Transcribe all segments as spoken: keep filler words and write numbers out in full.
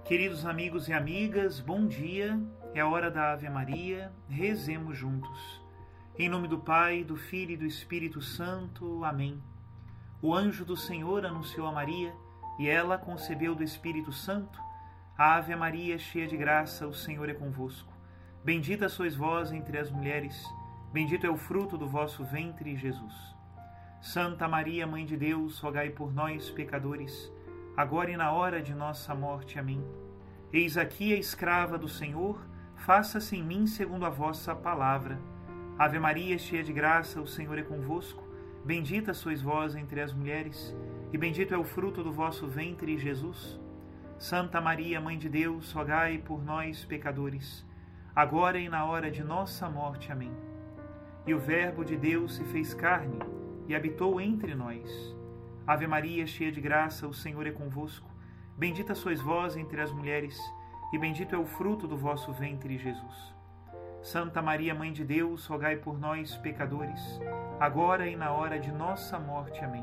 Queridos amigos e amigas, bom dia, é a hora da Ave Maria, rezemos juntos. Em nome do Pai, do Filho e do Espírito Santo. Amém. O anjo do Senhor anunciou a Maria, e ela concebeu do Espírito Santo. Ave Maria, cheia de graça, o Senhor é convosco. Bendita sois vós entre as mulheres, bendito é o fruto do vosso ventre, Jesus. Santa Maria, Mãe de Deus, rogai por nós, pecadores, agora e na hora de nossa morte. Amém. Eis aqui a escrava do Senhor, faça-se em mim segundo a vossa palavra. Ave Maria, cheia de graça, o Senhor é convosco. Bendita sois vós entre as mulheres, e bendito é o fruto do vosso ventre, Jesus. Santa Maria, Mãe de Deus, rogai por nós, pecadores, agora e na hora de nossa morte. Amém. E o Verbo de Deus se fez carne e habitou entre nós. Ave Maria, cheia de graça, o Senhor é convosco. Bendita sois vós entre as mulheres, e bendito é o fruto do vosso ventre, Jesus. Santa Maria, Mãe de Deus, rogai por nós, pecadores, agora e na hora de nossa morte. Amém.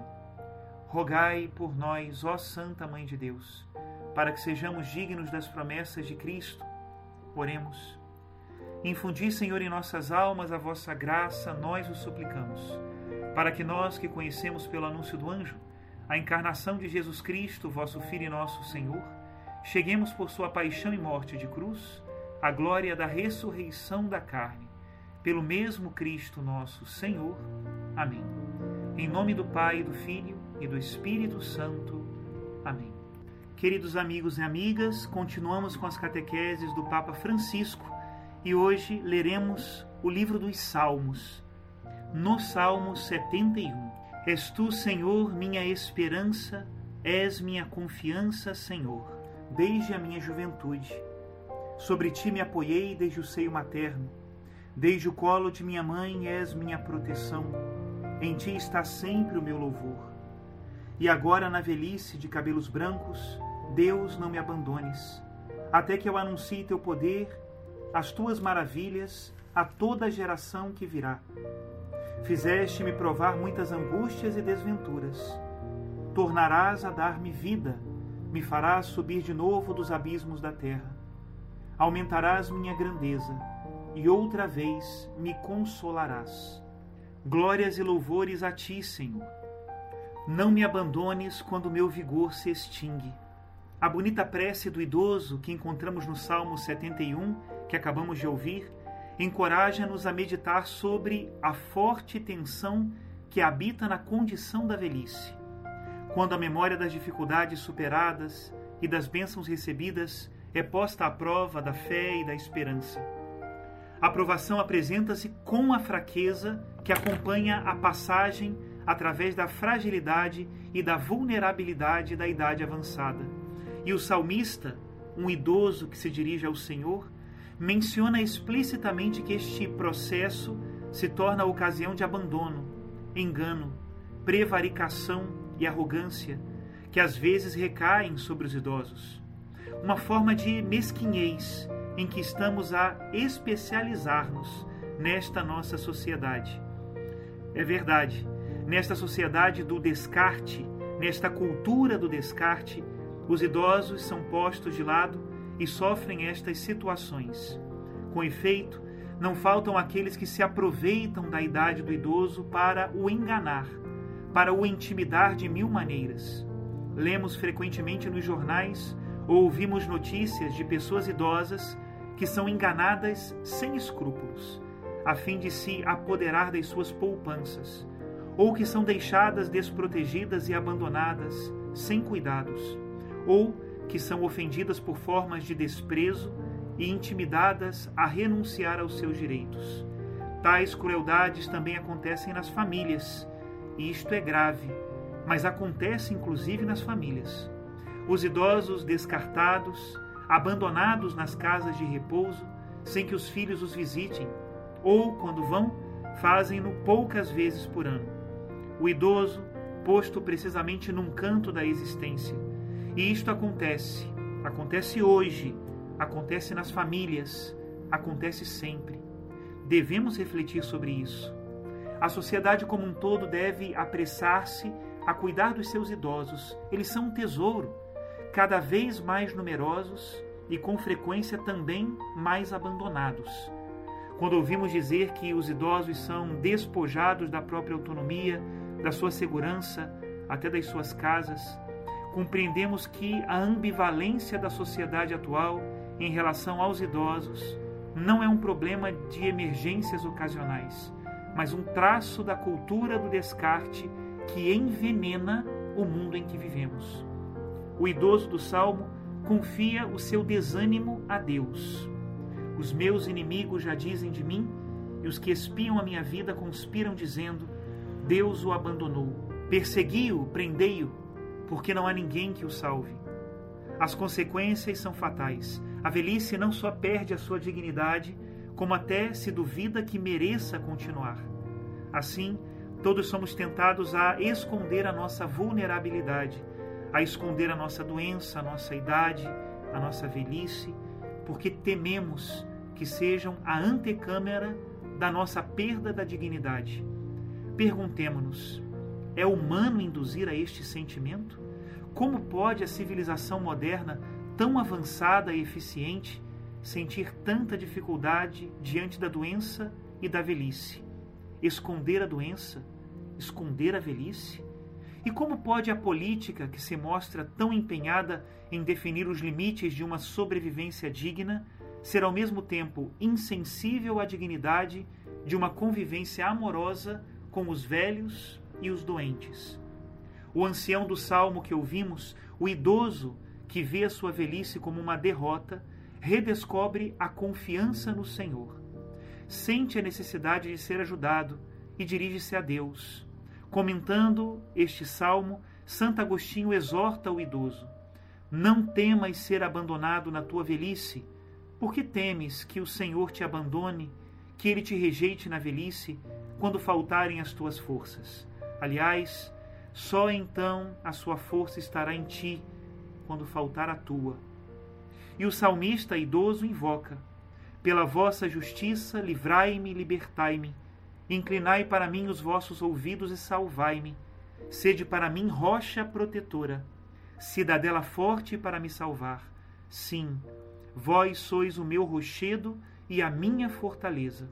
Rogai por nós, ó Santa Mãe de Deus, para que sejamos dignos das promessas de Cristo. Oremos. Infundi, Senhor, em nossas almas a vossa graça, nós o suplicamos, para que nós, que conhecemos pelo anúncio do anjo a encarnação de Jesus Cristo, vosso Filho e nosso Senhor, cheguemos por sua paixão e morte de cruz à glória da ressurreição da carne, pelo mesmo Cristo nosso Senhor. Amém. Em nome do Pai, do Filho e do Espírito Santo. Amém. Queridos amigos e amigas, continuamos com as catequeses do Papa Francisco e hoje leremos o livro dos Salmos. No Salmo setenta e um. És tu, Senhor, minha esperança, és minha confiança, Senhor, desde a minha juventude. Sobre ti me apoiei desde o seio materno. Desde o colo de minha mãe és minha proteção. Em ti está sempre o meu louvor. E agora, na velhice de cabelos brancos, Deus, não me abandones, até que eu anuncie teu poder, as tuas maravilhas, a toda a geração que virá. Fizeste-me provar muitas angústias e desventuras. Tornarás a dar-me vida, me farás subir de novo dos abismos da terra. Aumentarás minha grandeza, e outra vez me consolarás. Glórias e louvores a ti, Senhor. Não me abandones quando meu vigor se extingue. A bonita prece do idoso que encontramos no Salmo setenta e um, que acabamos de ouvir, encoraja-nos a meditar sobre a forte tensão que habita na condição da velhice. Quando a memória das dificuldades superadas e das bênçãos recebidas é posta à prova da fé e da esperança. A provação apresenta-se com a fraqueza que acompanha a passagem através da fragilidade e da vulnerabilidade da idade avançada. E o salmista, um idoso que se dirige ao Senhor, menciona explicitamente que este processo se torna a ocasião de abandono, engano, prevaricação e arrogância que às vezes recaem sobre os idosos. Uma forma de mesquinhez em que estamos a especializar-nos nesta nossa sociedade. É verdade, nesta sociedade do descarte, nesta cultura do descarte, os idosos são postos de lado e sofrem estas situações. Com efeito, não faltam aqueles que se aproveitam da idade do idoso para o enganar, para o intimidar de mil maneiras. Lemos frequentemente nos jornais ou ouvimos notícias de pessoas idosas que são enganadas sem escrúpulos, a fim de se apoderar das suas poupanças, ou que são deixadas desprotegidas e abandonadas sem cuidados, ou que são ofendidas por formas de desprezo e intimidadas a renunciar aos seus direitos. Tais crueldades também acontecem nas famílias, e isto é grave, mas acontece inclusive nas famílias. Os idosos descartados, abandonados nas casas de repouso, sem que os filhos os visitem, ou, quando vão, fazem-no poucas vezes por ano. O idoso, posto precisamente num canto da existência. E isto acontece, acontece hoje, acontece nas famílias, acontece sempre. Devemos refletir sobre isso. A sociedade como um todo deve apressar-se a cuidar dos seus idosos. Eles são um tesouro. cada vez mais numerosos e com frequência também mais abandonados. Quando ouvimos dizer que os idosos são despojados da própria autonomia, da sua segurança, até das suas casas, compreendemos que a ambivalência da sociedade atual em relação aos idosos não é um problema de emergências ocasionais, mas um traço da cultura do descarte que envenena o mundo em que vivemos. O idoso do Salmo confia o seu desânimo a Deus. Os meus inimigos já dizem de mim, e os que espiam a minha vida conspiram dizendo: Deus o abandonou. Persegui-o, prendei-o, porque não há ninguém que o salve. As consequências são fatais. A velhice não só perde a sua dignidade, como até se duvida que mereça continuar. Assim, todos somos tentados a esconder a nossa vulnerabilidade, a esconder a nossa doença, a nossa idade, a nossa velhice, porque tememos que sejam a antecâmara da nossa perda da dignidade. Perguntemo-nos: é humano induzir a este sentimento? Como pode a civilização moderna, tão avançada e eficiente, sentir tanta dificuldade diante da doença e da velhice? Esconder a doença? Esconder a velhice? E como pode a política, que se mostra tão empenhada em definir os limites de uma sobrevivência digna, ser ao mesmo tempo insensível à dignidade de uma convivência amorosa com os velhos e os doentes? O ancião do Salmo que ouvimos, o idoso que vê a sua velhice como uma derrota, redescobre a confiança no Senhor. Sente a necessidade de ser ajudado e dirige-se a Deus. Comentando este salmo, Santo Agostinho exorta o idoso: não temas ser abandonado na tua velhice. Por que temes que o Senhor te abandone, que Ele te rejeite na velhice, quando faltarem as tuas forças? Aliás, só então a sua força estará em ti, quando faltar a tua. E o salmista idoso invoca: pela vossa justiça livrai-me e libertai-me. Inclinai para mim os vossos ouvidos e salvai-me. Sede para mim rocha protetora, cidadela forte para me salvar. Sim, vós sois o meu rochedo e a minha fortaleza.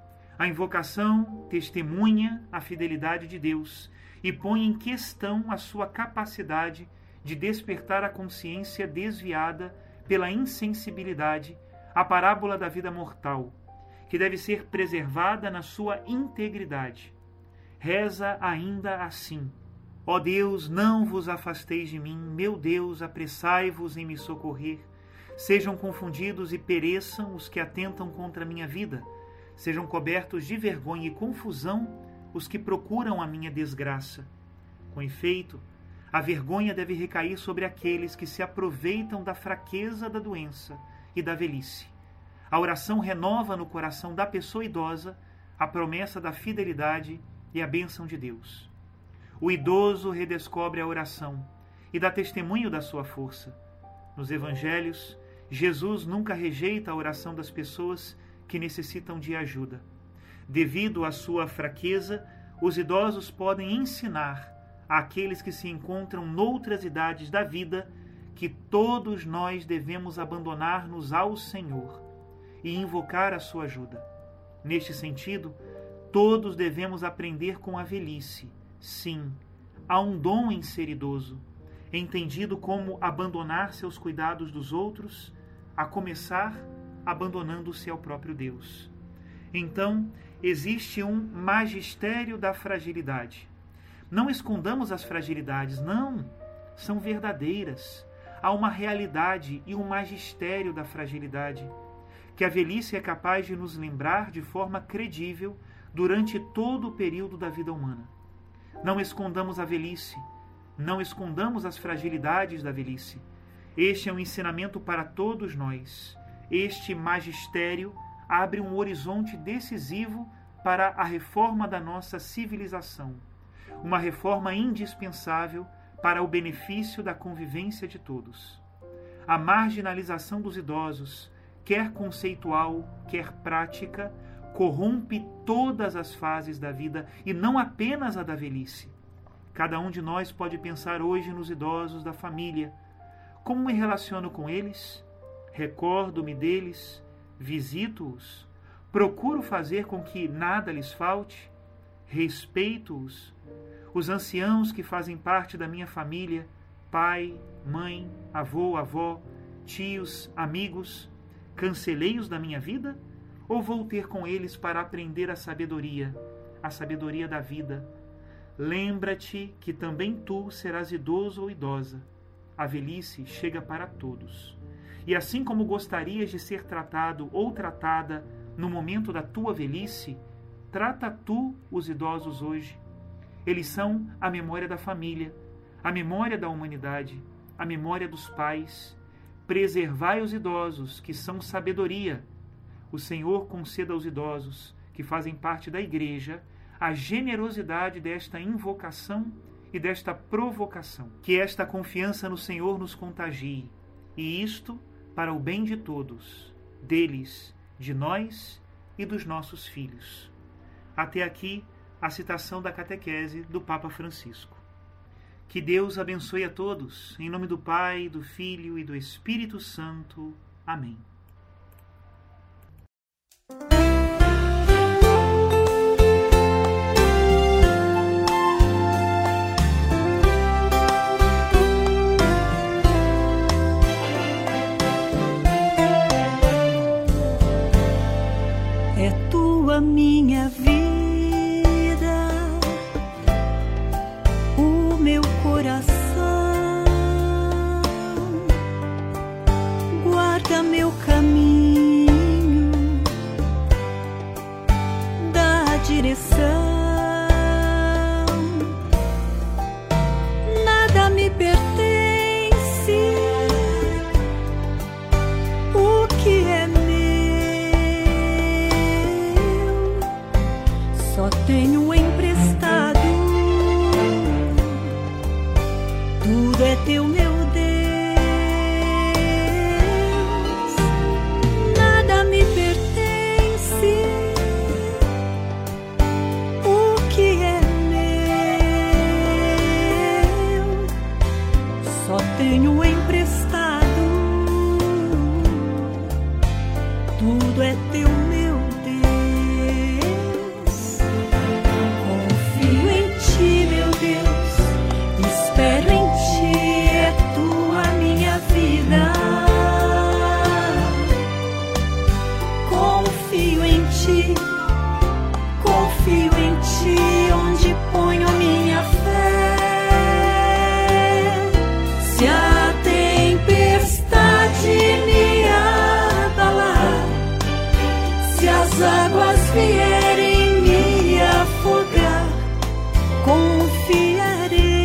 A invocação testemunha a fidelidade de Deus e põe em questão a sua capacidade de despertar a consciência desviada pela insensibilidade à parábola da vida mortal, que deve ser preservada na sua integridade. Reza ainda assim: ó Deus, não vos afasteis de mim, meu Deus, apressai-vos em me socorrer. Sejam confundidos e pereçam os que atentam contra a minha vida. Sejam cobertos de vergonha e confusão os que procuram a minha desgraça. Com efeito, a vergonha deve recair sobre aqueles que se aproveitam da fraqueza da doença e da velhice. A oração renova no coração da pessoa idosa a promessa da fidelidade e a bênção de Deus. O idoso redescobre a oração e dá testemunho da sua força. Nos evangelhos, Jesus nunca rejeita a oração das pessoas que necessitam de ajuda. Devido à sua fraqueza, os idosos podem ensinar àqueles que se encontram noutras idades da vida que todos nós devemos abandonar-nos ao Senhor e invocar a sua ajuda. Neste sentido, todos devemos aprender com a velhice. Sim, há um dom em ser idoso, entendido como abandonar seus cuidados dos outros, a começar abandonando-se ao próprio Deus. Então, existe um magistério da fragilidade. Não escondamos as fragilidades, não, são verdadeiras. Há uma realidade e um magistério da fragilidade, que a velhice é capaz de nos lembrar de forma credível durante todo o período da vida humana. Não escondamos a velhice, não escondamos as fragilidades da velhice. Este é um ensinamento para todos nós. Este magistério abre um horizonte decisivo para a reforma da nossa civilização, uma reforma indispensável para o benefício da convivência de todos. A marginalização dos idosos, quer conceitual, quer prática, corrompe todas as fases da vida e não apenas a da velhice. Cada um de nós pode pensar hoje nos idosos da família, Como me relaciono com eles? Recordo-me deles? Visito-os? Procuro fazer com que nada lhes falte? Respeito-os? Os anciãos que fazem parte da minha família, pai, mãe, avô, avó, tios, amigos, cancelei-os da minha vida? Ou vou ter com eles para aprender a sabedoria, a sabedoria da vida? Lembra-te que também tu serás idoso ou idosa. A velhice chega para todos. E assim como gostarias de ser tratado ou tratada no momento da tua velhice, trata tu os idosos hoje. Eles são a memória da família, a memória da humanidade, a memória dos pais. Preservai os idosos, que são sabedoria. O Senhor conceda aos idosos, que fazem parte da Igreja, a generosidade desta invocação e desta provocação. Que esta confiança no Senhor nos contagie, e isto para o bem de todos, deles, de nós e dos nossos filhos. Até aqui a citação da catequese do Papa Francisco. Que Deus abençoe a todos, em nome do Pai, do Filho e do Espírito Santo. Amém. É tua minha vida, o meu coração, guarda meu caminho, dá direção, nada me pertence, o que é só tenho emprestado, tudo é teu, meu Deus, nada me pertence, o que é meu, só tenho emprestado, tudo é teu, meu Deus. Espero em ti, é tua minha vida. Confio em ti, confio em ti, onde ponho a minha fé. Se a tempestade me abalar, se as águas vierem me afogar, confiarei.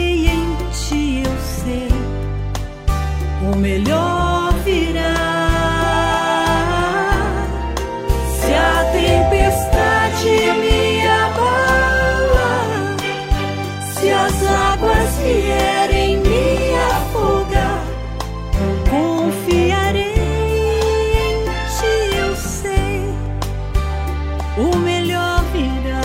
O melhor virá. Se a tempestade me abala, se as águas vierem me afogar, confiarei em ti, eu sei, o melhor virá.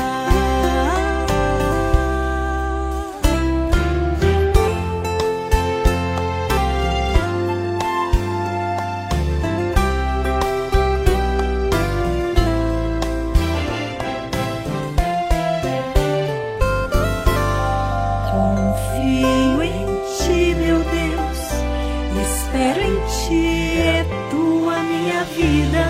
Espero em ti, é tua minha vida.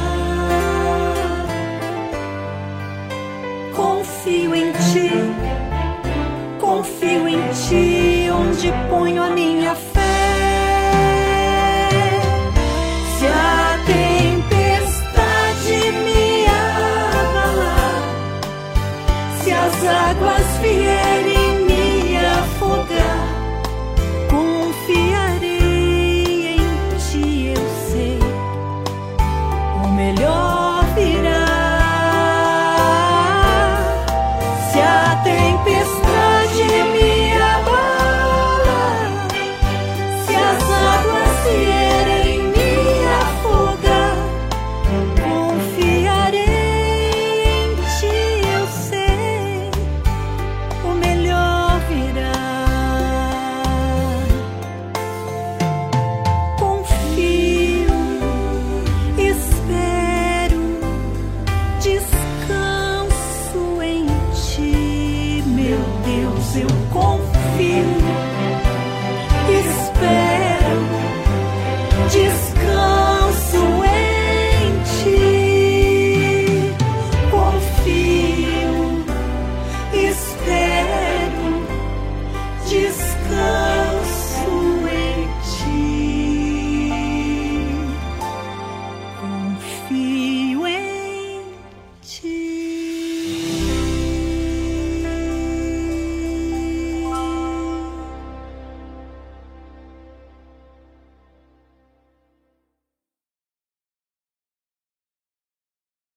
Confio em ti, confio em ti, onde ponho a minha